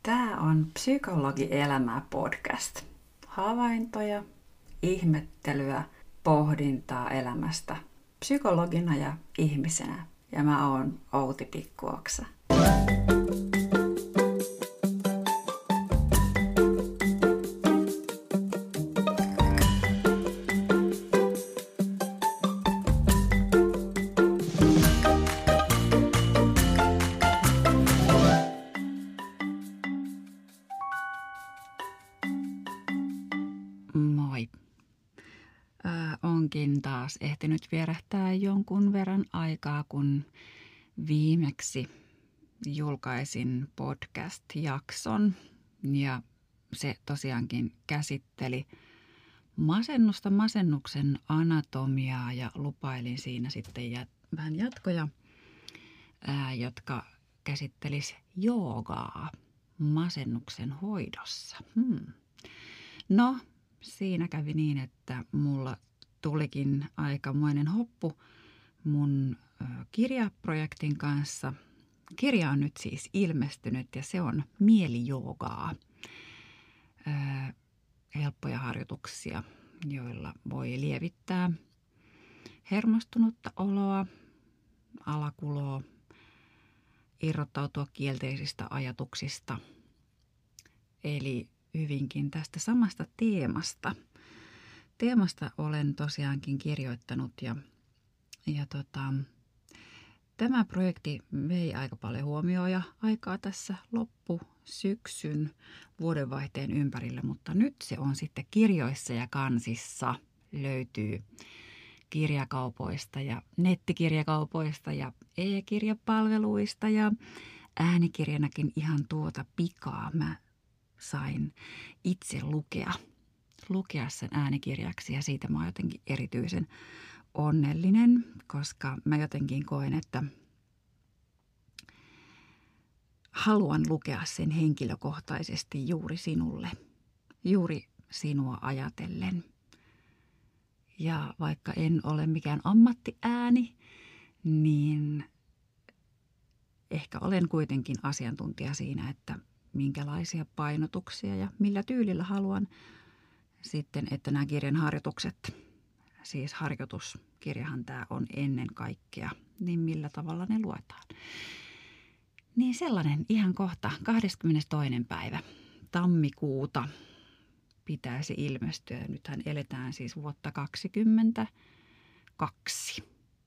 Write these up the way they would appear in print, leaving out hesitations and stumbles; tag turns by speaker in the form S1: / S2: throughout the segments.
S1: Tämä on Psykologi-elämää podcast. Havaintoja, ihmettelyä, pohdintaa elämästä psykologina ja ihmisenä. Ja mä oon Outi Pikkuoksa. Moi. Onkin taas ehtinyt vierähtää jonkun verran aikaa, kun viimeksi julkaisin podcast-jakson. Ja se tosiaankin käsitteli masennusta, masennuksen anatomiaa ja lupailin siinä sitten vähän jatkoja, jotka käsittelis joogaa masennuksen hoidossa. No, siinä kävi niin, että mulla tulikin aikamoinen hoppu mun kirjaprojektin kanssa. Kirja on nyt siis ilmestynyt ja se on mielijoogaa. Helppoja harjoituksia, joilla voi lievittää hermostunutta oloa, alakuloa, irrottautua kielteisistä ajatuksista. Eli hyvinkin tästä samasta teemasta. Teemasta olen tosiaankin kirjoittanut ja tämä projekti vei aika paljon huomioon ja aikaa tässä loppusyksyn vuodenvaihteen ympärillä, mutta nyt se on sitten kirjoissa ja kansissa. Löytyy kirjakaupoista ja nettikirjakaupoista ja e-kirjapalveluista ja äänikirjanakin ihan tuota pikaa mä sain itse lukea sen äänikirjaksi ja siitä mä oon jotenkin erityisen onnellinen, koska mä jotenkin koen, että haluan lukea sen henkilökohtaisesti juuri sinulle, juuri sinua ajatellen. Ja vaikka en ole mikään ammattiääni, niin ehkä olen kuitenkin asiantuntija siinä, että minkälaisia painotuksia ja millä tyylillä haluan sitten, että nämä kirjan harjoitukset, siis harjoituskirjahan tämä on ennen kaikkea, niin millä tavalla ne luetaan. Niin sellainen ihan kohta 22. päivä tammikuuta pitäisi ilmestyä. Nythän eletään siis vuotta 2022.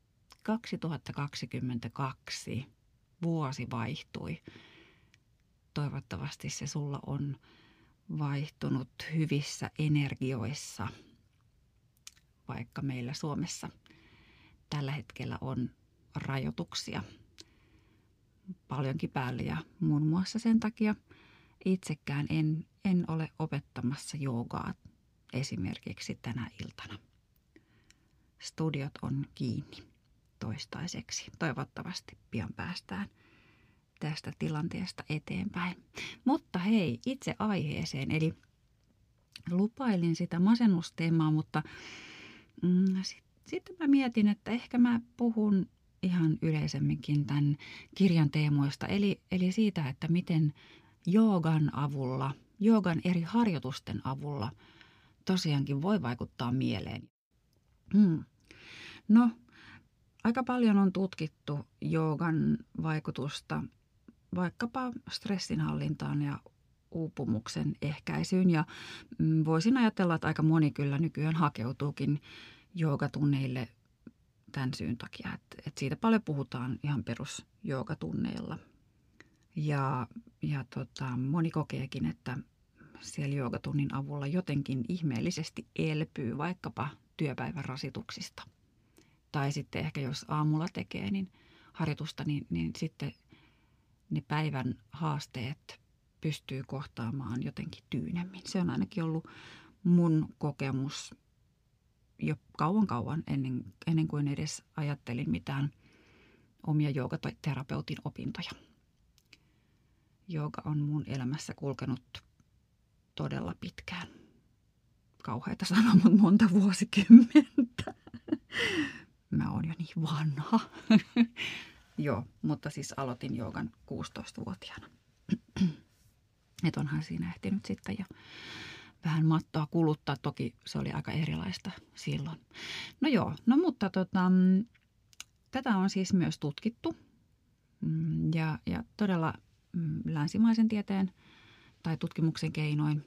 S1: 2022 vuosi vaihtui. Toivottavasti se sulla on vaihtunut hyvissä energioissa, vaikka meillä Suomessa tällä hetkellä on rajoituksia paljonkin päälle ja muun muassa sen takia itsekään en ole opettamassa joogaa esimerkiksi tänä iltana. Studiot on kiinni toistaiseksi. Toivottavasti pian päästään tästä tilanteesta eteenpäin. Mutta hei, itse aiheeseen, eli lupailin sitä masennusteemaa, mutta sitten mä mietin, että ehkä mä puhun ihan yleisemminkin tämän kirjan teemoista, eli siitä, että miten joogan avulla, joogan eri harjoitusten avulla tosiaankin voi vaikuttaa mieleen. No, aika paljon on tutkittu joogan vaikutusta vaikkapa stressinhallintaan ja uupumuksen ehkäisyyn. Ja voisin ajatella, että aika moni kyllä nykyään hakeutuukin joogatunneille tämän syyn takia. Että siitä paljon puhutaan ihan perusjoogatunneilla. Ja moni kokeekin, että siellä joogatunnin avulla jotenkin ihmeellisesti elpyy vaikkapa työpäivän rasituksista. Tai sitten ehkä jos aamulla tekee niin harjoitusta, niin sitten ne päivän haasteet pystyy kohtaamaan jotenkin tyynemmin. Se on ainakin ollut mun kokemus jo kauan ennen kuin edes ajattelin mitään omia joogaterapeutin opintoja. Jooga on mun elämässä kulkenut todella pitkään. Kauheita sanoa, mutta monta vuosikymmentä. Mä oon jo niin vanha. Joo, mutta siis aloitin joogan 16-vuotiaana. Että onhan siinä ehtinyt sitten ja vähän mattoa kuluttaa. Toki se oli aika erilaista silloin. No joo, no mutta tätä on siis myös tutkittu ja todella länsimaisen tieteen tai tutkimuksen keinoin.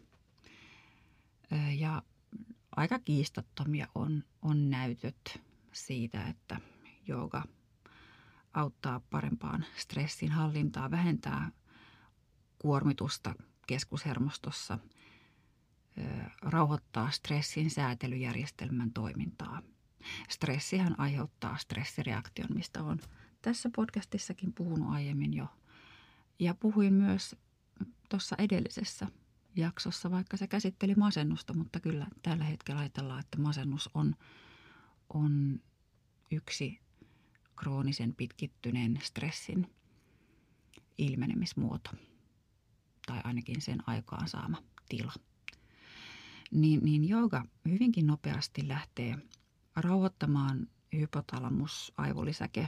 S1: Ja aika kiistattomia on näytöt siitä, että jooga auttaa parempaan stressin hallintaa, vähentää kuormitusta keskushermostossa, rauhoittaa stressin säätelyjärjestelmän toimintaa. Stressihän aiheuttaa stressireaktion, mistä olen tässä podcastissakin puhunut aiemmin jo. Ja puhuin myös tuossa edellisessä jaksossa, vaikka se käsitteli masennusta, mutta kyllä tällä hetkellä ajatellaan, että masennus on yksi kroonisen pitkittyneen stressin ilmenemismuoto tai ainakin sen aikaansaama tila. Niin jooga hyvinkin nopeasti lähtee rauhoittamaan hypotalamus-aivolisäke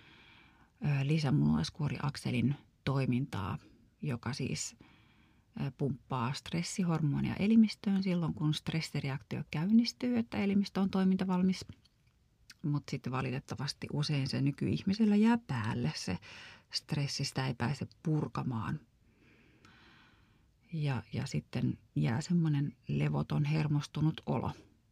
S1: lisämunuaiskuoriakselin toimintaa, joka siis pumppaa stressihormonia elimistöön silloin, kun stressireaktio käynnistyy, että elimistö on toimintavalmis. Mutta sitten valitettavasti usein se nykyihmisellä jää päälle, se stressistä ei pääse purkamaan. Ja sitten jää semmoinen levoton, hermostunut olo.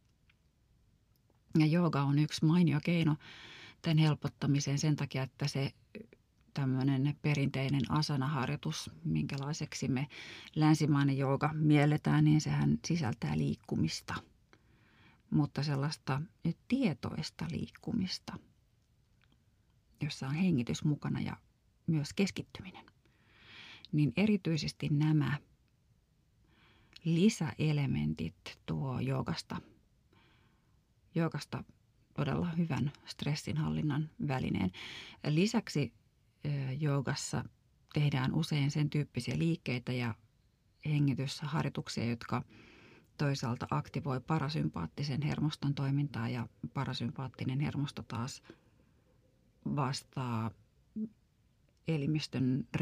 S1: Ja jooga on yksi mainio keino tämän helpottamiseen sen takia, että se tämmöinen perinteinen asana-harjoitus, minkälaiseksi me länsimainen jooga mielletään, niin sehän sisältää liikkumista. Mutta sellaista tietoista liikkumista, jossa on hengitys mukana ja myös keskittyminen. Niin erityisesti nämä lisäelementit tuo joogasta todella hyvän stressinhallinnan välineen. Lisäksi joogassa tehdään usein sen tyyppisiä liikkeitä ja hengitysharjoituksia, jotka toisaalta aktivoi parasympaattisen hermoston toimintaa ja parasympaattinen hermosto taas vastaa elimistön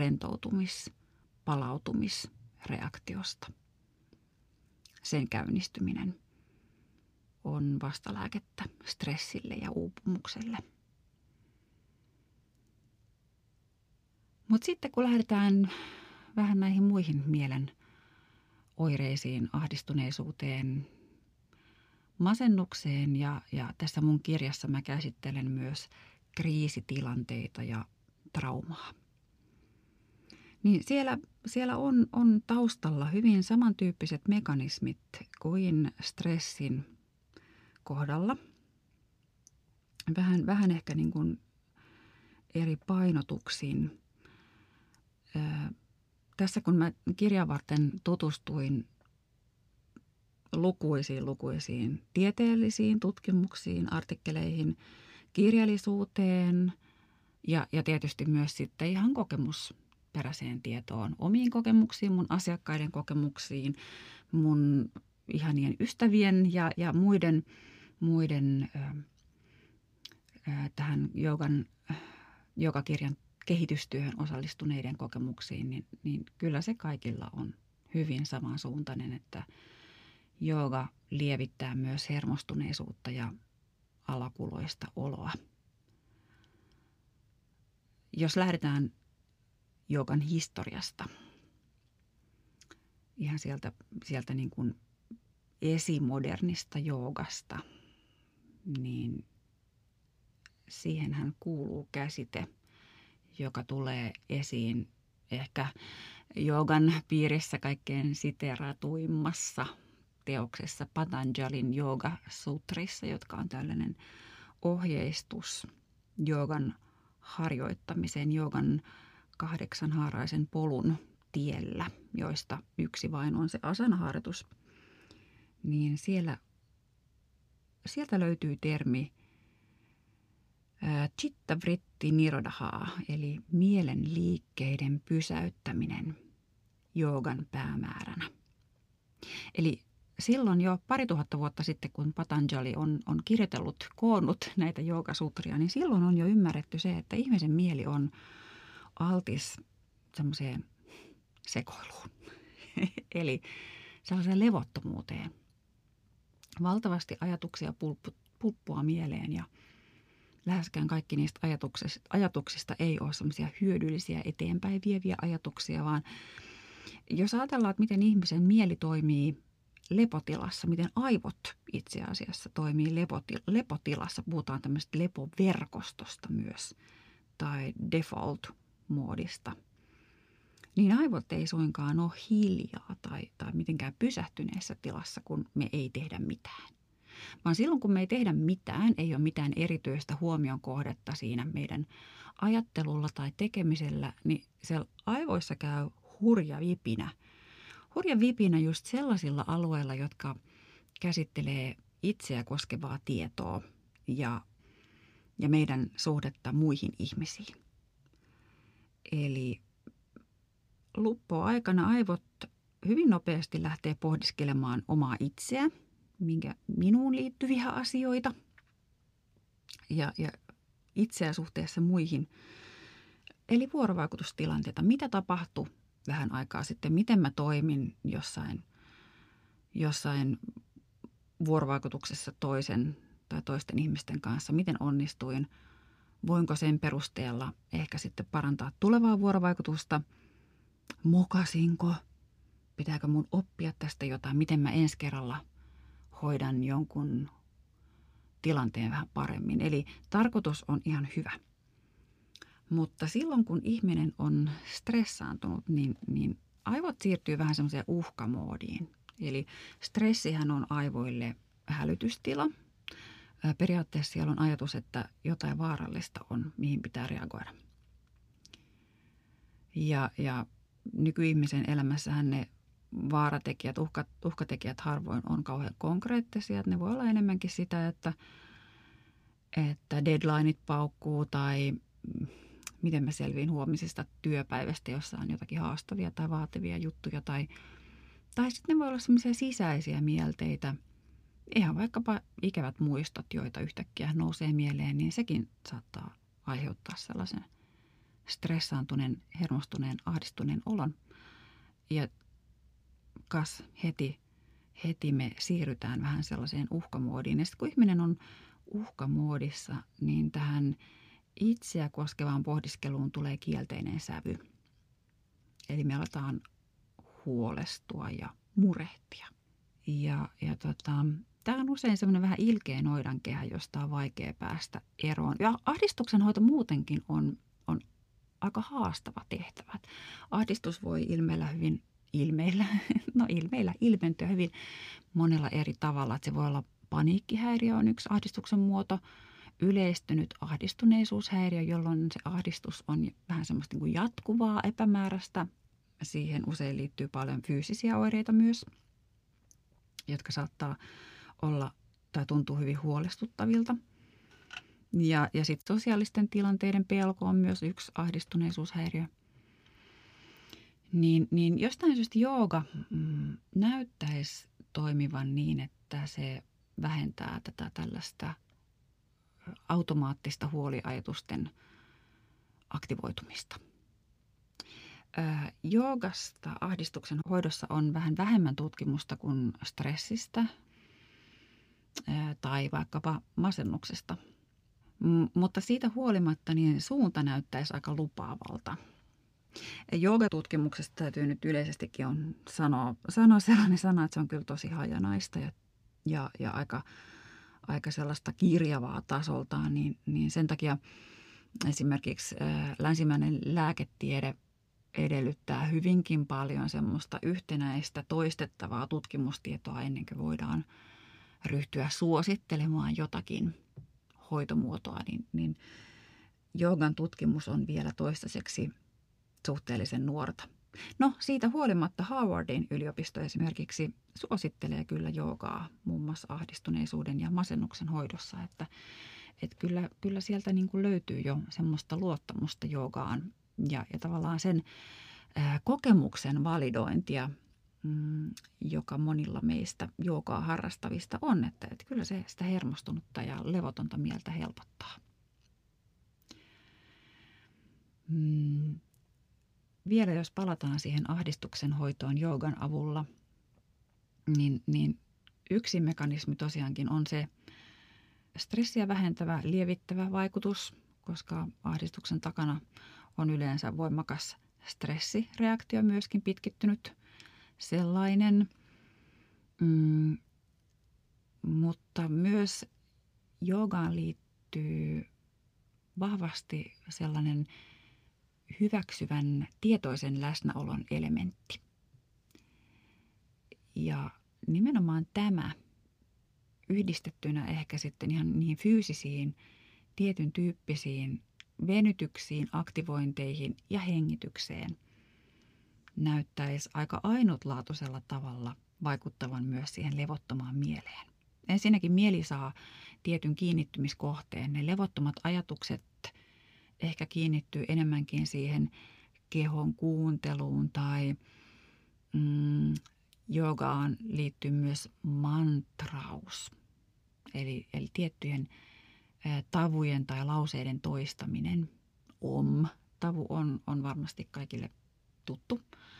S1: palautumisreaktiosta. Sen käynnistyminen on vastalääkettä stressille ja uupumukselle. Mutta sitten kun lähdetään vähän näihin muihin mielen oireisiin, ahdistuneisuuteen, masennukseen ja tässä mun kirjassa mä käsittelen myös kriisitilanteita ja traumaa. Niin siellä on taustalla hyvin samantyyppiset mekanismit kuin stressin kohdalla. Vähän ehkä niin kuin eri painotuksin. Tässä kun mä kirjan varten tutustuin lukuisiin tieteellisiin tutkimuksiin, artikkeleihin, kirjallisuuteen ja tietysti myös sitten ihan kokemusperäiseen tietoon, omiin kokemuksiin, mun asiakkaiden kokemuksiin, mun ihanien ystävien ja muiden tähän joogakirjan kehitystyöhön osallistuneiden kokemuksiin, niin kyllä se kaikilla on hyvin samansuuntainen, että jooga lievittää myös hermostuneisuutta ja alakuloista oloa. Jos lähdetään joogan historiasta, ihan sieltä niin kuin esimodernista joogasta, niin siihenhän kuuluu käsite, joka tulee esiin ehkä joogan piirissä kaikkein siteeratuimmassa teoksessa Patanjalin Yoga-sutrissa, jotka on tällainen ohjeistus joogan harjoittamisen, joogan 8-haaraisen polun tiellä, joista yksi vain on se asana-harjoitus. Niin sieltä löytyy termi chitta vritti nirodha, eli mielen liikkeiden pysäyttäminen joogan päämääränä. Eli silloin jo 2000 vuotta sitten, kun Patanjali on kirjoitellut, koonnut näitä joogasutria, niin silloin on jo ymmärretty se, että ihmisen mieli on altis semmoiseen sekoiluun Eli sellaiseen levottomuuteen. Valtavasti ajatuksia pulppua mieleen ja läheskään kaikki niistä ajatuksista ei ole semmoisia hyödyllisiä eteenpäin vieviä ajatuksia, vaan jos ajatellaan, että miten ihmisen mieli toimii lepotilassa, miten aivot itse asiassa toimii lepotilassa, puhutaan tämmöistä lepoverkostosta myös tai default-moodista, niin aivot ei suinkaan ole hiljaa tai mitenkään pysähtyneessä tilassa, kun me ei tehdä mitään. Vaan silloin, kun me ei tehdä mitään, ei ole mitään erityistä huomion kohdetta siinä meidän ajattelulla tai tekemisellä, niin siellä aivoissa käy hurja vipinä. Hurja vipinä just sellaisilla alueilla, jotka käsittelee itseä koskevaa tietoa ja meidän suhdetta muihin ihmisiin. Eli luppoaikana aivot hyvin nopeasti lähtee pohdiskelemaan omaa itseä, minkä minuun liittyviä asioita ja itseä suhteessa muihin. Eli vuorovaikutustilanteita. Mitä tapahtui vähän aikaa sitten? Miten mä toimin jossain vuorovaikutuksessa toisen tai toisten ihmisten kanssa? Miten onnistuin? Voinko sen perusteella ehkä sitten parantaa tulevaa vuorovaikutusta? Mokasinko? Pitääkö mun oppia tästä jotain? Miten mä ensi kerralla hoidan jonkun tilanteen vähän paremmin? Eli tarkoitus on ihan hyvä. Mutta silloin, kun ihminen on stressaantunut, niin aivot siirtyy vähän semmoiseen uhkamoodiin. Eli stressihän on aivoille hälytystila. Periaatteessa siellä on ajatus, että jotain vaarallista on, mihin pitää reagoida. Ja nykyihmisen elämässähän ne vaaratekijät, uhkatekijät harvoin on kauhean konkreettisia. Ne voi olla enemmänkin sitä, että deadlineit paukkuu tai miten mä selviin huomisesta työpäivästä, jossa on jotakin haastavia tai vaativia juttuja. Tai sitten ne voi olla semmoisia sisäisiä mielteitä. Ihan vaikkapa ikävät muistot, joita yhtäkkiä nousee mieleen, niin sekin saattaa aiheuttaa sellaisen stressaantuneen, hermostuneen, ahdistuneen olon. Ja heti me siirrytään vähän sellaiseen uhkamoodiin. Ja sitten kun ihminen on uhkamoodissa, niin tähän itseä koskevaan pohdiskeluun tulee kielteinen sävy. Eli me aletaan huolestua ja murehtia. Tämä on usein semmoinen vähän ilkeä noidankehä, josta on vaikea päästä eroon. Ja ahdistuksen hoito muutenkin on aika haastava tehtävä. Ahdistus voi ilmentyä hyvin monella eri tavalla. Että se voi olla paniikkihäiriö on yksi ahdistuksen muoto, yleistynyt ahdistuneisuushäiriö, jolloin se ahdistus on vähän semmoista niin kuin jatkuvaa, epämääräistä. Siihen usein liittyy paljon fyysisiä oireita myös, jotka saattaa olla tai tuntuu hyvin huolestuttavilta. Ja sitten sosiaalisten tilanteiden pelko on myös yksi ahdistuneisuushäiriö. Niin jostain syystä jooga näyttäisi toimivan niin, että se vähentää tätä tällaista automaattista huoliajatusten aktivoitumista. Joogasta ahdistuksen hoidossa on vähän vähemmän tutkimusta kuin stressistä tai vaikkapa masennuksesta. Mutta siitä huolimatta niin suunta näyttäisi aika lupaavalta. Joogatutkimuksesta täytyy nyt yleisestikin sanoa sellainen sana, että se on kyllä tosi hajanaista ja aika sellaista kirjavaa tasoltaan, niin sen takia esimerkiksi länsimäinen lääketiede edellyttää hyvinkin paljon semmoista yhtenäistä toistettavaa tutkimustietoa ennen kuin voidaan ryhtyä suosittelemaan jotakin hoitomuotoa, niin joogan tutkimus on vielä toistaiseksi suhteellisen nuorta. No siitä huolimatta Harvardin yliopisto esimerkiksi suosittelee kyllä joogaa muun muassa ahdistuneisuuden ja masennuksen hoidossa, että kyllä sieltä niin kuin löytyy jo semmoista luottamusta joogaan ja tavallaan sen kokemuksen validointia, joka monilla meistä joogaa harrastavista on, että kyllä se sitä hermostunutta ja levotonta mieltä helpottaa. vielä jos palataan siihen ahdistuksen hoitoon joogan avulla, niin yksi mekanismi tosiaankin on se stressiä vähentävä, lievittävä vaikutus, koska ahdistuksen takana on yleensä voimakas stressireaktio, myöskin pitkittynyt sellainen. Mutta myös joogaan liittyy vahvasti sellainen hyväksyvän tietoisen läsnäolon elementti. Ja nimenomaan tämä yhdistettynä ehkä sitten ihan niihin fyysisiin, tietyn tyyppisiin venytyksiin, aktivointeihin ja hengitykseen näyttäisi aika ainutlaatuisella tavalla vaikuttavan myös siihen levottomaan mieleen. Ensinnäkin mieli saa tietyn kiinnittymiskohteen. Ne levottomat ajatukset ehkä kiinnittyy enemmänkin siihen kehon kuunteluun tai joogaan liittyy myös mantraus, eli tiettyjen tavujen tai lauseiden toistaminen. Tavu on varmasti kaikille tuttu,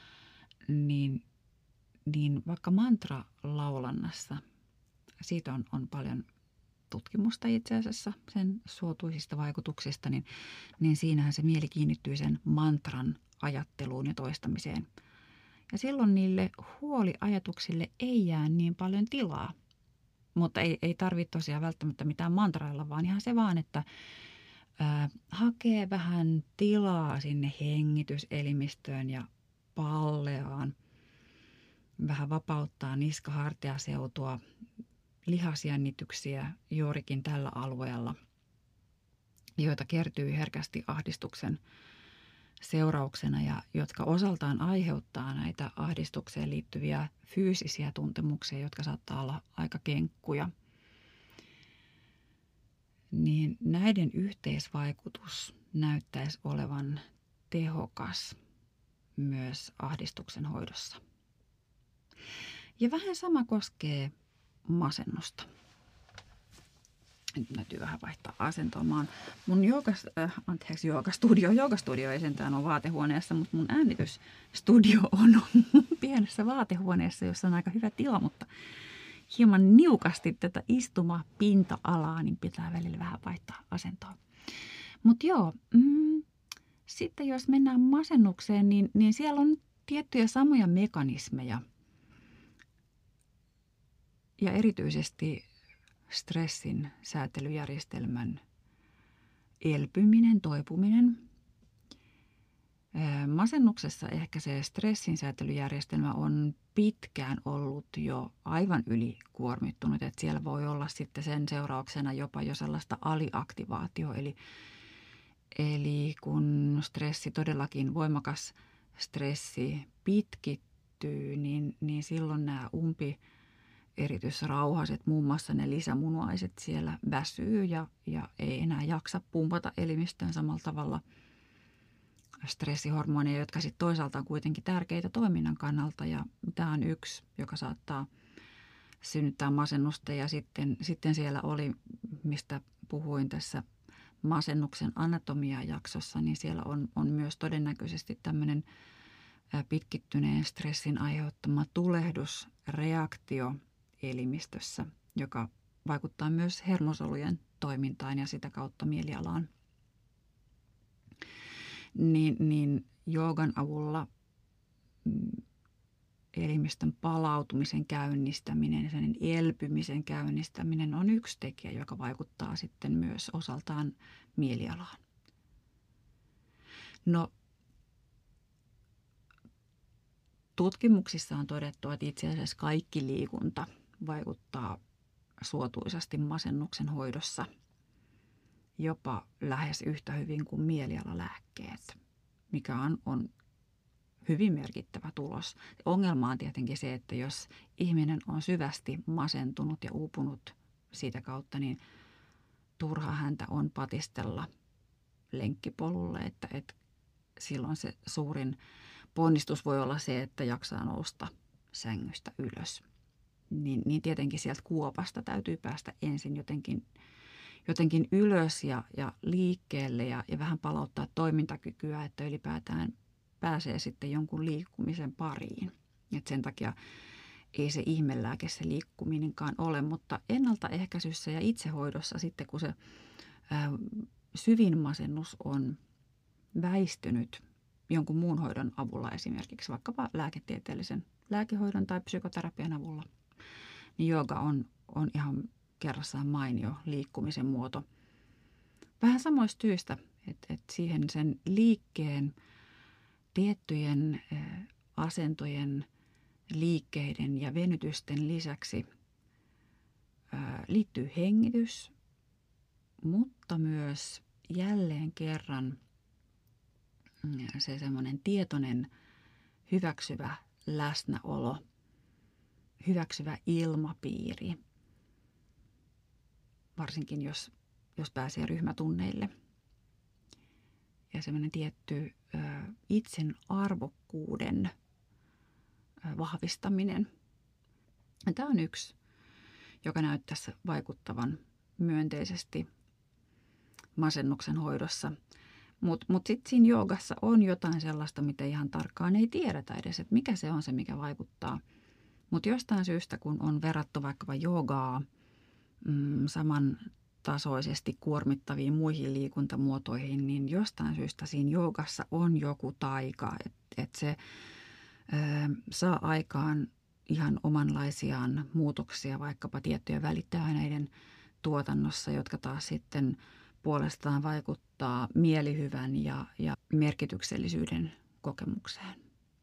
S1: niin vaikka mantra-laulannassa, siitä on paljon tutkimusta itse asiassa sen suotuisista vaikutuksista, niin siinähän se mieli kiinnittyy sen mantran ajatteluun ja toistamiseen. Ja silloin niille huoliajatuksille ei jää niin paljon tilaa. Mutta ei tarvitse tosiaan välttämättä mitään mantrailla, vaan ihan se vaan, että hakee vähän tilaa sinne hengityselimistöön ja palleaan. Vähän vapauttaa niska-hartiaseutua, lihasjännityksiä juurikin tällä alueella, joita kertyy herkästi ahdistuksen seurauksena ja jotka osaltaan aiheuttaa näitä ahdistukseen liittyviä fyysisiä tuntemuksia, jotka saattaa olla aika kenkkuja. Niin näiden yhteisvaikutus näyttäisi olevan tehokas myös ahdistuksen hoidossa. Ja vähän sama koskee masennusta. Nyt täytyy vähän vaihtaa asentoa. Mun joogastudio ei sentään ole vaatehuoneessa, mutta mun äänitysstudio on pienessä vaatehuoneessa, jossa on aika hyvä tila, mutta hieman niukasti tätä istumapinta-alaa, niin pitää välillä vähän vaihtaa asentoa. Mutta sitten jos mennään masennukseen, niin siellä on tiettyjä samoja mekanismeja. Ja erityisesti stressin säätelyjärjestelmän elpyminen, toipuminen. Masennuksessa ehkä se stressin säätelyjärjestelmä on pitkään ollut jo aivan ylikuormittunut, että siellä voi olla sitten sen seurauksena jopa jo sellaista aliaktivaatio, eli kun stressi todellakin, voimakas stressi pitkittyy, niin silloin nämä eritysrauhaset, muun muassa ne lisämunuaiset siellä väsyy ja ei enää jaksa pumpata elimistöön samalla tavalla stressihormoneja, jotka sitten toisaalta on kuitenkin tärkeitä toiminnan kannalta. Ja tämä on yksi, joka saattaa synnyttää masennusta. Ja sitten siellä oli, mistä puhuin tässä masennuksen anatomia-jaksossa, niin siellä on myös todennäköisesti tämmöinen pitkittyneen stressin aiheuttama tulehdusreaktio elimistössä, joka vaikuttaa myös hermosolujen toimintaan ja sitä kautta mielialaan. Niin joogan avulla elimistön palautumisen käynnistäminen ja sen elpymisen käynnistäminen on yksi tekijä, joka vaikuttaa sitten myös osaltaan mielialaan. No, tutkimuksissa on todettu, että itse asiassa kaikki liikunta vaikuttaa suotuisasti masennuksen hoidossa jopa lähes yhtä hyvin kuin mielialalääkkeet, mikä on hyvin merkittävä tulos. Ongelma on tietenkin se, että jos ihminen on syvästi masentunut ja uupunut siitä kautta, niin turha häntä on patistella lenkkipolulle, että silloin se suurin ponnistus voi olla se, että jaksaa nousta sängystä ylös. Niin tietenkin sieltä kuopasta täytyy päästä ensin jotenkin ylös ja liikkeelle ja vähän palauttaa toimintakykyä, että ylipäätään pääsee sitten jonkun liikkumisen pariin. Et sen takia ei se ihmelääke se liikkuminenkaan ole, mutta ennaltaehkäisyssä ja itsehoidossa sitten kun se syvin masennus on väistynyt jonkun muun hoidon avulla, esimerkiksi vaikkapa lääketieteellisen lääkehoidon tai psykoterapian avulla, niin jooga on ihan kerrassaan mainio liikkumisen muoto. Vähän samoista syistä, että siihen sen liikkeen, tiettyjen asentojen, liikkeiden ja venytysten lisäksi liittyy hengitys, mutta myös jälleen kerran se semmoinen tietoinen, hyväksyvä läsnäolo, hyväksyvä ilmapiiri, varsinkin jos pääsee ryhmätunneille. Ja semmoinen tietty itsen arvokkuuden vahvistaminen. Ja tämä on yksi, joka näyttäisi vaikuttavan myönteisesti masennuksen hoidossa. Mutta sitten siinä joogassa on jotain sellaista, mitä ihan tarkkaan ei tiedetä edes, että mikä se on se, mikä vaikuttaa. Mutta jostain syystä, kun on verrattu vaikkapa joogaa samantasoisesti kuormittaviin muihin liikuntamuotoihin, niin jostain syystä siinä joogassa on joku taika, että se saa aikaan ihan omanlaisiaan muutoksia vaikkapa tiettyjen välittäjäaineiden tuotannossa, jotka taas sitten puolestaan vaikuttaa mielihyvän ja merkityksellisyyden kokemukseen.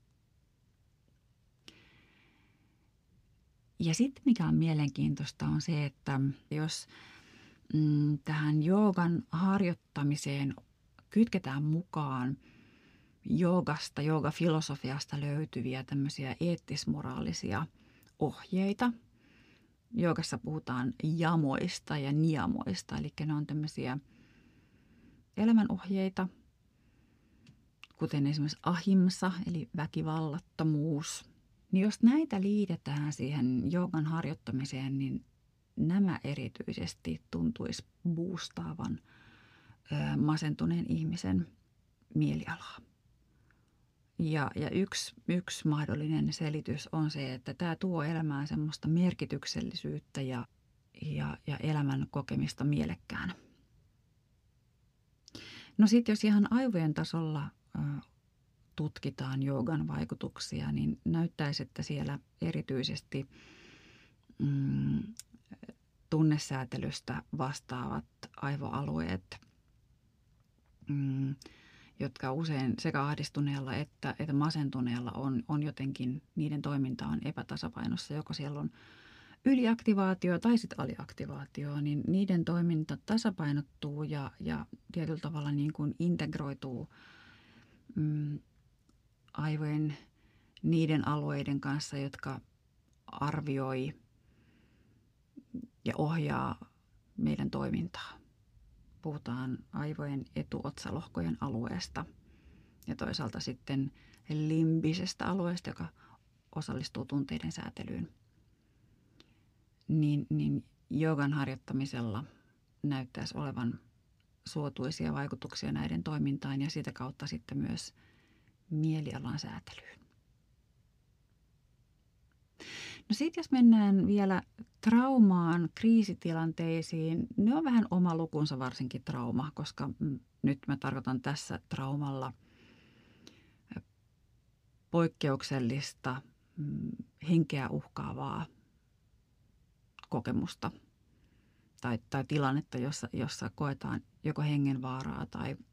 S1: Ja sitten mikä on mielenkiintoista on se, että jos tähän joogan harjoittamiseen kytketään mukaan joogasta, joogafilosofiasta löytyviä tämmöisiä eettis-moraalisia ohjeita. Joogassa puhutaan jamoista ja niamoista, eli ne on tämmöisiä elämänohjeita, kuten esimerkiksi ahimsa, eli väkivallattomuus. Niin jos näitä liitetään siihen joogan harjoittamiseen, niin nämä erityisesti tuntuisi boostaavan masentuneen ihmisen mielialaa. Ja yksi mahdollinen selitys on se, että tämä tuo elämään semmoista merkityksellisyyttä ja elämän kokemista mielekkäänä. No sitten jos ihan aivojen tasolla tutkitaan joogan vaikutuksia, niin näyttäisi, että siellä erityisesti tunnesäätelystä vastaavat aivoalueet, jotka usein sekä ahdistuneella että masentuneella on jotenkin, niiden toiminta on epätasapainossa. Joko siellä on yliaktivaatio tai sitten aliaktivaatio, niin niiden toiminta tasapainottuu ja tietyllä tavalla niin kuin integroituu aivojen niiden alueiden kanssa, jotka arvioi ja ohjaa meidän toimintaa. Puhutaan aivojen etuotsalohkojen alueesta ja toisaalta sitten limbisestä alueesta, joka osallistuu tunteiden säätelyyn. Niin joogan harjoittamisella näyttäisi olevan suotuisia vaikutuksia näiden toimintaan ja sitä kautta sitten myös mielialan säätelyyn. No sitten jos mennään vielä traumaan, kriisitilanteisiin, ne on vähän oma lukunsa varsinkin trauma, koska nyt mä tarkoitan tässä traumalla poikkeuksellista, henkeä uhkaavaa kokemusta tai tilannetta, jossa koetaan joko hengenvaaraa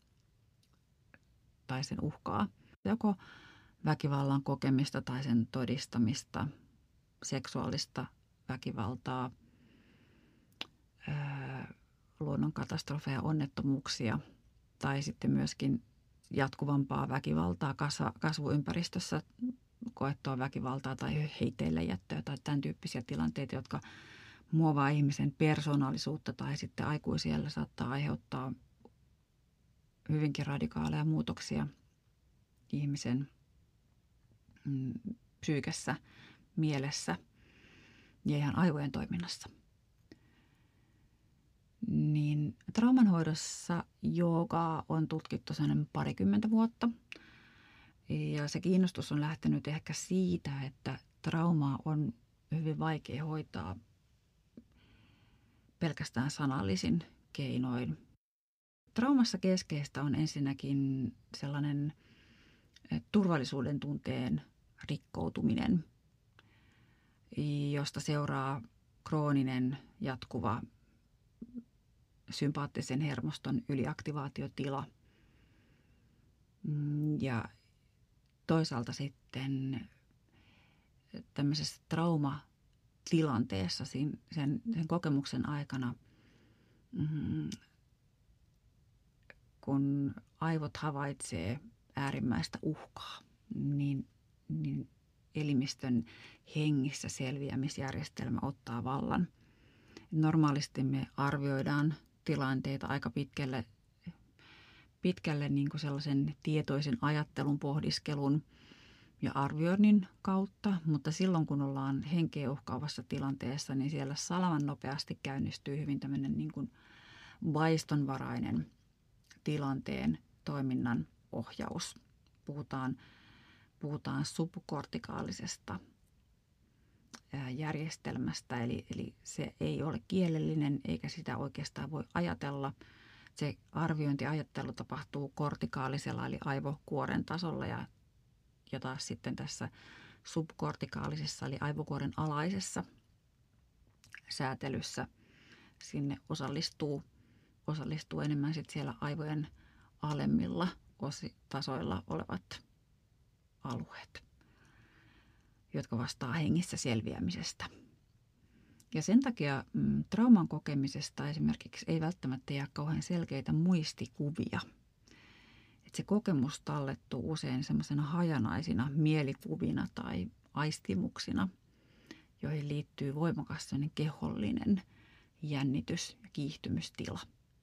S1: tai sen uhkaa. Joko väkivallan kokemista tai sen todistamista, seksuaalista väkivaltaa, luonnonkatastrofeja, onnettomuuksia tai sitten myöskin jatkuvampaa väkivaltaa kasvuympäristössä koettua väkivaltaa tai heitteille jättöä tai tämän tyyppisiä tilanteita, jotka muovaa ihmisen persoonallisuutta tai sitten aikuisiellä saattaa aiheuttaa hyvinkin radikaaleja muutoksia ihmisen psyykessä, mielessä ja ihan aivojen toiminnassa. Niin traumanhoidossa joogaa on tutkittu sellainen 20 vuotta. Ja se kiinnostus on lähtenyt ehkä siitä, että traumaa on hyvin vaikea hoitaa pelkästään sanallisin keinoin. Traumassa keskeistä on ensinnäkin sellainen turvallisuuden tunteen rikkoutuminen, josta seuraa krooninen jatkuva sympaattisen hermoston yliaktivaatiotila. Ja toisaalta sitten tämmöisessä traumatilanteessa sen kokemuksen aikana, kun aivot havaitsee äärimmäistä uhkaa, niin elimistön hengissä selviämisjärjestelmä ottaa vallan. Normaalisti me arvioidaan tilanteita aika pitkälle niin kuin sellaisen tietoisen ajattelun, pohdiskelun ja arvioinnin kautta, mutta silloin kun ollaan henkeä uhkaavassa tilanteessa, niin siellä salaman nopeasti käynnistyy hyvin tämmöinen niin kuin vaistonvarainen tilanteen toiminnan ohjaus. Puhutaan subkortikaalisesta järjestelmästä, eli se ei ole kielellinen eikä sitä oikeastaan voi ajatella. Se arviointiajattelu tapahtuu kortikaalisella eli aivokuoren tasolla ja taas sitten tässä subkortikaalisessa eli aivokuoren alaisessa säätelyssä sinne osallistuu enemmän sitten siellä aivojen alemmilla tasoilla olevat alueet, jotka vastaa hengissä selviämisestä. Ja sen takia trauman kokemisesta esimerkiksi ei välttämättä jää kauhean selkeitä muistikuvia. Että se kokemus tallettuu usein semmoisena hajanaisina mielikuvina tai aistimuksina, joihin liittyy voimakas kehollinen jännitys- ja kiihtymystila.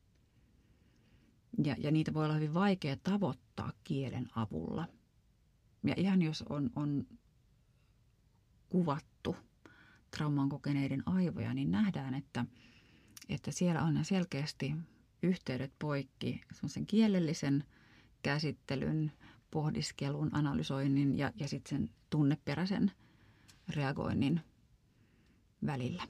S1: Ja niitä voi olla hyvin vaikea tavoittaa kielen avulla. Ja ihan jos on kuvattu trauman kokeneiden aivoja, niin nähdään, että siellä on selkeästi yhteydet poikki semmoisen kielellisen käsittelyn, pohdiskelun, analysoinnin ja sitten sen tunneperäisen reagoinnin välillä.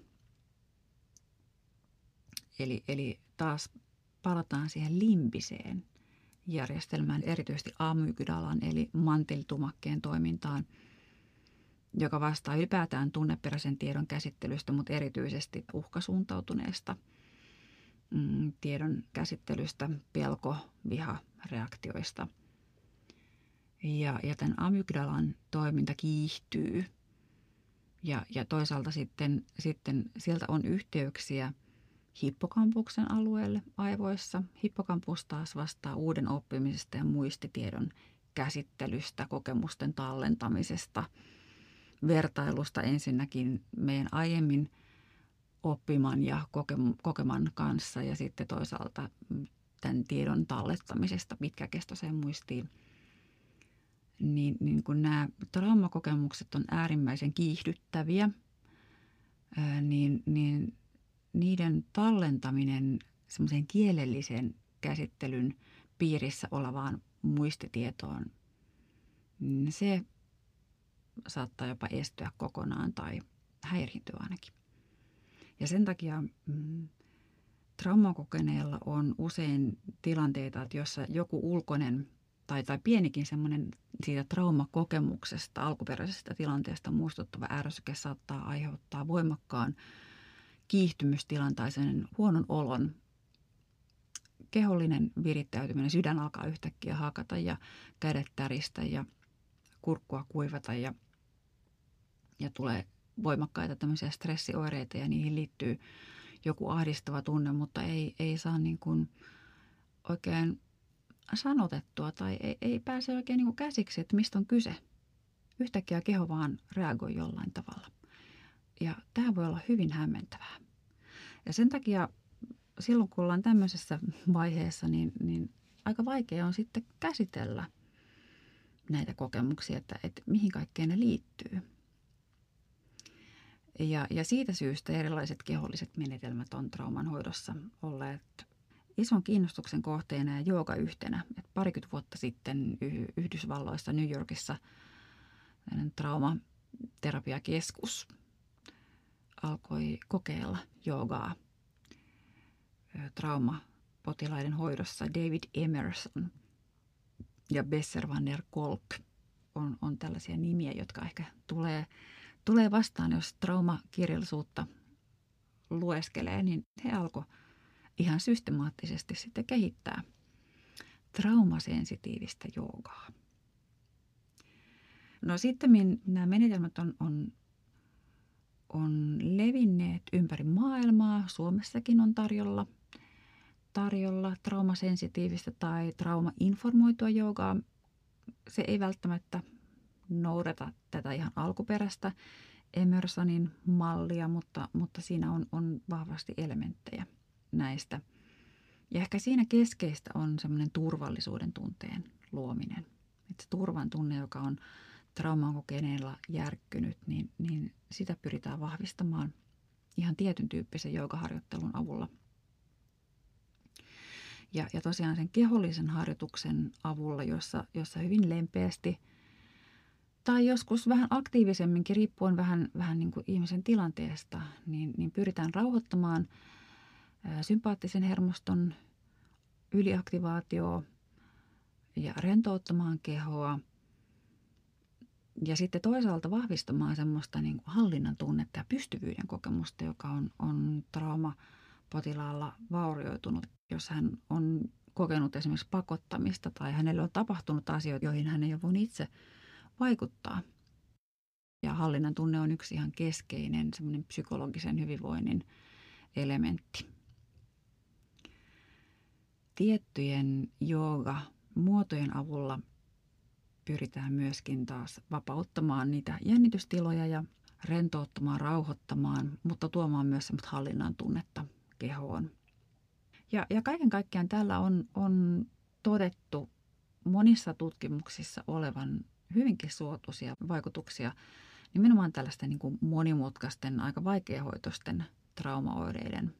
S1: Eli taas palataan siihen limbiseen järjestelmään, erityisesti amygdalan eli mantelitumakkeen toimintaan, joka vastaa ylipäätään tunneperäisen tiedon käsittelystä, mutta erityisesti uhkasuuntautuneesta tiedon käsittelystä, pelko-viha-reaktioista. Ja tämän amygdalan toiminta kiihtyy ja toisaalta sitten sieltä on yhteyksiä hippokampuksen alueelle aivoissa. Hippokampus taas vastaa uuden oppimisesta ja muistitiedon käsittelystä, kokemusten tallentamisesta, vertailusta ensinnäkin meidän aiemmin oppiman ja kokeman kanssa ja sitten toisaalta tämän tiedon tallettamisesta pitkäkestoiseen muistiin. Niin kun nämä traumakokemukset on äärimmäisen kiihdyttäviä, niin niiden tallentaminen semmoisen kielellisen käsittelyn piirissä olevaan muistitietoon, se saattaa jopa estyä kokonaan tai häiriintyä ainakin. Ja sen takia traumakokeneella on usein tilanteita, että jossa joku ulkoinen tai pienikin semmoinen siitä traumakokemuksesta, alkuperäisestä tilanteesta muistuttava ärsyke saattaa aiheuttaa voimakkaan kiihtymystilan tai sen huonon olon. Kehollinen virittäytyminen, sydän alkaa yhtäkkiä hakata ja kädet täristä ja kurkkua kuivata ja tulee voimakkaita tämmöisiä stressioireita ja niihin liittyy joku ahdistava tunne, mutta ei saa niin kuin oikein sanotettua tai ei pääse oikein niin kuin käsiksi, että mistä on kyse. Yhtäkkiä keho vaan reagoi jollain tavalla. Ja tämä voi olla hyvin hämmentävää. Ja sen takia silloin, kun ollaan tämmöisessä vaiheessa, niin aika vaikea on sitten käsitellä näitä kokemuksia, että mihin kaikkeen ne liittyy. Ja siitä syystä erilaiset keholliset menetelmät on trauman hoidossa olleet ison kiinnostuksen kohteena ja jooga yhtenä. Et parikymmentä vuotta sitten Yhdysvalloissa New Yorkissa traumaterapiakeskus alkoi kokeilla joogaa traumapotilaiden hoidossa. David Emerson ja Besser van der Kolk on tällaisia nimiä, jotka ehkä tulee vastaan, jos traumakirjallisuutta lueskelee, niin he alkoi ihan systemaattisesti sitten kehittää traumasensitiivistä joogaa. No sitten nämä menetelmät on levinneet ympäri maailmaa. Suomessakin on tarjolla traumasensitiivistä tai traumainformoitua joogaa. Se ei välttämättä noudata tätä ihan alkuperäistä Emersonin mallia, mutta siinä on vahvasti elementtejä näistä. Ja ehkä siinä keskeistä on semmoinen turvallisuuden tunteen luominen. Että se turvan tunne, joka on trauman kokeneella järkkynyt, niin sitä pyritään vahvistamaan ihan tietyn tyyppisen joogaharjoittelun avulla. Ja tosiaan sen kehollisen harjoituksen avulla, jossa hyvin lempeästi tai joskus vähän aktiivisemminkin, riippuen vähän niin kuin ihmisen tilanteesta, niin pyritään rauhoittamaan sympaattisen hermoston yliaktivaatio ja rentouttamaan kehoa. Ja sitten toisaalta vahvistamaan semmoista niin kuin hallinnan tunnetta ja pystyvyyden kokemusta, joka on traumapotilaalla vaurioitunut, jos hän on kokenut esimerkiksi pakottamista tai hänelle on tapahtunut asioita, joihin hän ei ole voinut itse vaikuttaa. Ja hallinnan tunne on yksi ihan keskeinen semmoinen psykologisen hyvinvoinnin elementti. Tiettyjen jooga-muotojen avulla pyritään myöskin taas vapauttamaan niitä jännitystiloja ja rentouttamaan, rauhoittamaan, mutta tuomaan myös semmoista hallinnan tunnetta kehoon. Ja kaiken kaikkiaan tällä on todettu monissa tutkimuksissa olevan hyvinkin suotuisia vaikutuksia nimenomaan tällaisten niin kuin monimutkaisten, aika vaikeahoitoisten traumaoireiden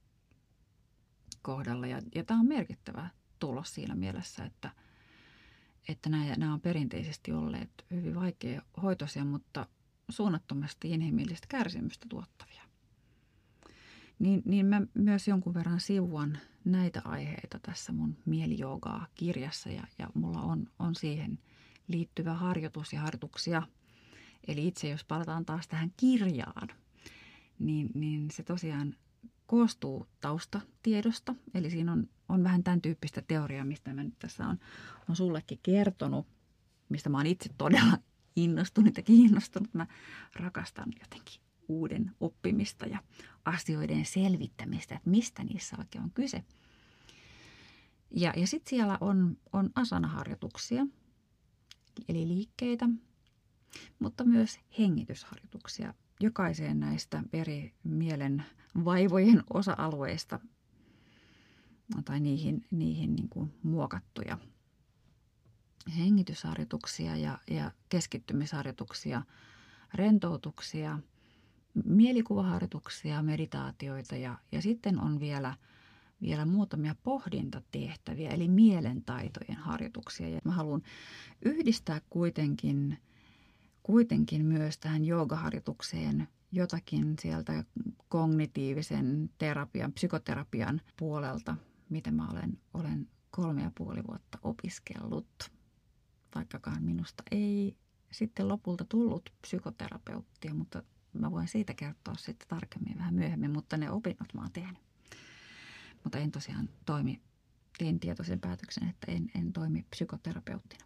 S1: kohdalla. Ja tämä on merkittävä tulos siinä mielessä, että nämä on perinteisesti olleet hyvin vaikeahoitoisia, mutta suunnattomasti inhimillistä kärsimystä tuottavia. Niin mä myös jonkun verran sivuan näitä aiheita tässä mun Mieli-joogaa-kirjassa ja mulla on siihen liittyvä harjoitus ja harjoituksia. Eli itse jos palataan taas tähän kirjaan, niin se tosiaan koostuu taustatiedosta. Eli siinä on vähän tämän tyyppistä teoriaa, mistä mä nyt tässä on sullekin kertonut, mistä mä oon itse todella innostunut ja kiinnostunut. Mä rakastan jotenkin uuden oppimista ja asioiden selvittämistä, että mistä niissä oikein on kyse. Ja sitten siellä on asana-harjoituksia, eli liikkeitä, mutta myös hengitysharjoituksia jokaiseen näistä eri mielen vaivojen osa-alueista tai niihin niin kuin muokattuja hengitysharjoituksia ja keskittymisharjoituksia, rentoutuksia, mielikuvaharjoituksia, meditaatioita ja sitten on vielä muutamia pohdintatehtäviä, eli mielentaitojen harjoituksia. Ja mä haluan yhdistää kuitenkin myös tähän joogaharjoitukseen jotakin sieltä kognitiivisen terapian, psykoterapian puolelta, mitä mä olen 3,5 vuotta opiskellut. Vaikkakaan minusta ei sitten lopulta tullut psykoterapeuttia, mutta mä voin siitä kertoa sitten tarkemmin vähän myöhemmin, mutta ne opinnot mä oon tehnyt. Mutta en tosiaan tein tietoisen päätöksen, että en toimi psykoterapeuttina.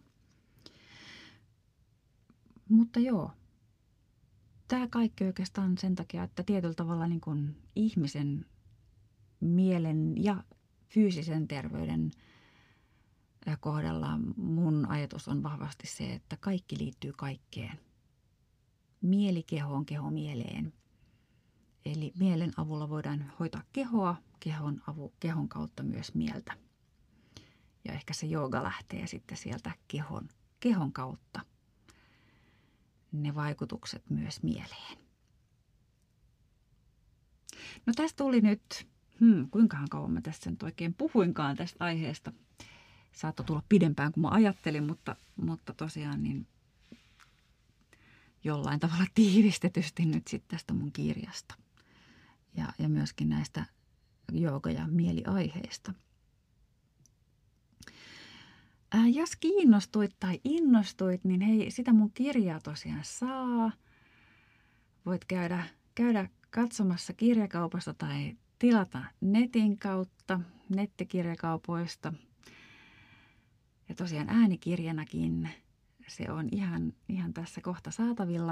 S1: Mutta joo, tämä kaikki oikeastaan sen takia, että tietyllä tavalla niin kuin ihmisen mielen ja fyysisen terveyden kohdalla mun ajatus on vahvasti se, että kaikki liittyy kaikkeen. Mieli kehoon, keho mieleen. Eli mielen avulla voidaan hoitaa kehoa, kehon kautta myös mieltä. Ja ehkä se jooga lähtee sitten sieltä kehon kautta. Ne vaikutukset myös mieleen. No tästä tuli nyt Kuinkahan kauan mä tästä nyt oikein puhuinkaan tästä aiheesta. Saattoi tulla pidempään kuin mä ajattelin, mutta tosiaan niin jollain tavalla tiivistetysti nyt sitten tästä mun kirjasta. Ja myöskin näistä jooga- ja mieliaiheista. Jos kiinnostuit tai innostuit, niin hei, sitä mun kirjaa tosiaan saa. Voit käydä katsomassa kirjakaupasta tai tilata netin kautta, nettikirjakaupoista. Ja tosiaan äänikirjanakin se on ihan tässä kohta saatavilla.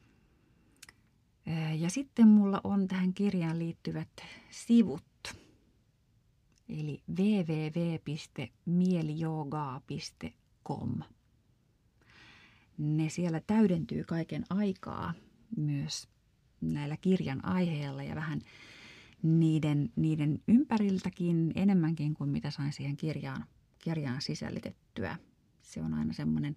S1: Ja sitten mulla on tähän kirjaan liittyvät sivut. Eli www.mieliyogaa.com. Ne siellä täydentyy kaiken aikaa myös näillä kirjan aiheilla ja vähän niiden ympäriltäkin enemmänkin kuin mitä sain siihen kirjaan sisällytettyä. Se on aina semmoinen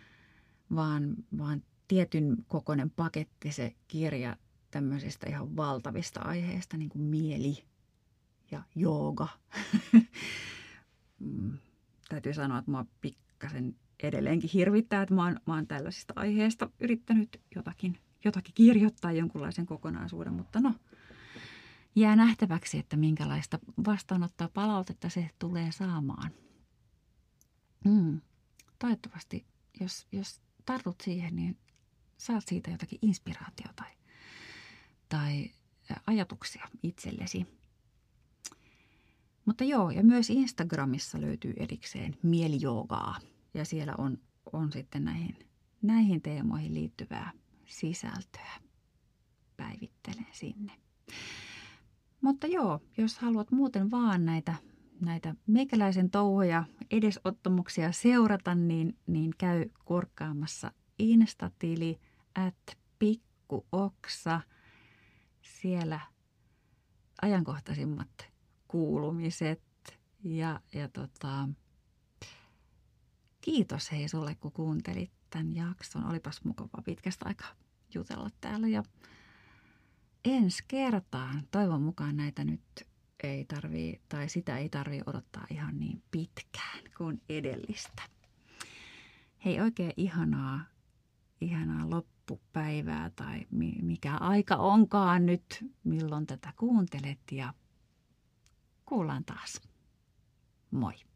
S1: vaan tietyn kokoinen paketti se kirja tämmöisistä ihan valtavista aiheista, niin kuin mieli ja jooga. Täytyy sanoa, että mua pikkasen edelleenkin hirvittää, että mä oon tällaisista aiheista yrittänyt jotakin kirjoittaa, jonkunlaisen kokonaisuuden, mutta no, jää nähtäväksi, että minkälaista vastaanottaa palautetta se tulee saamaan. Toivottavasti, jos tartut siihen, niin saat siitä jotakin inspiraatiota tai ajatuksia itsellesi. Mutta joo, ja myös Instagramissa löytyy erikseen mielijoogaa ja siellä on sitten näihin teemoihin liittyvää sisältöä. Päivittelen sinne. Mutta joo, jos haluat muuten vaan näitä meikäläisen touhoja edesottamuksia seurata, niin käy kurkkaamassa Instatili @pikkuoksa. Siellä ajankohtaisimmat kuulumiset ja kiitos hei sulle, kun kuuntelit tämän jakson. Olipas mukavaa pitkästä aikaa jutella täällä ja ensi kertaan. Toivon mukaan näitä nyt sitä ei tarvii odottaa ihan niin pitkään kuin edellistä. Hei, oikein ihanaa loppupäivää tai mikä aika onkaan nyt, milloin tätä kuuntelet ja kuullaan taas. Moi!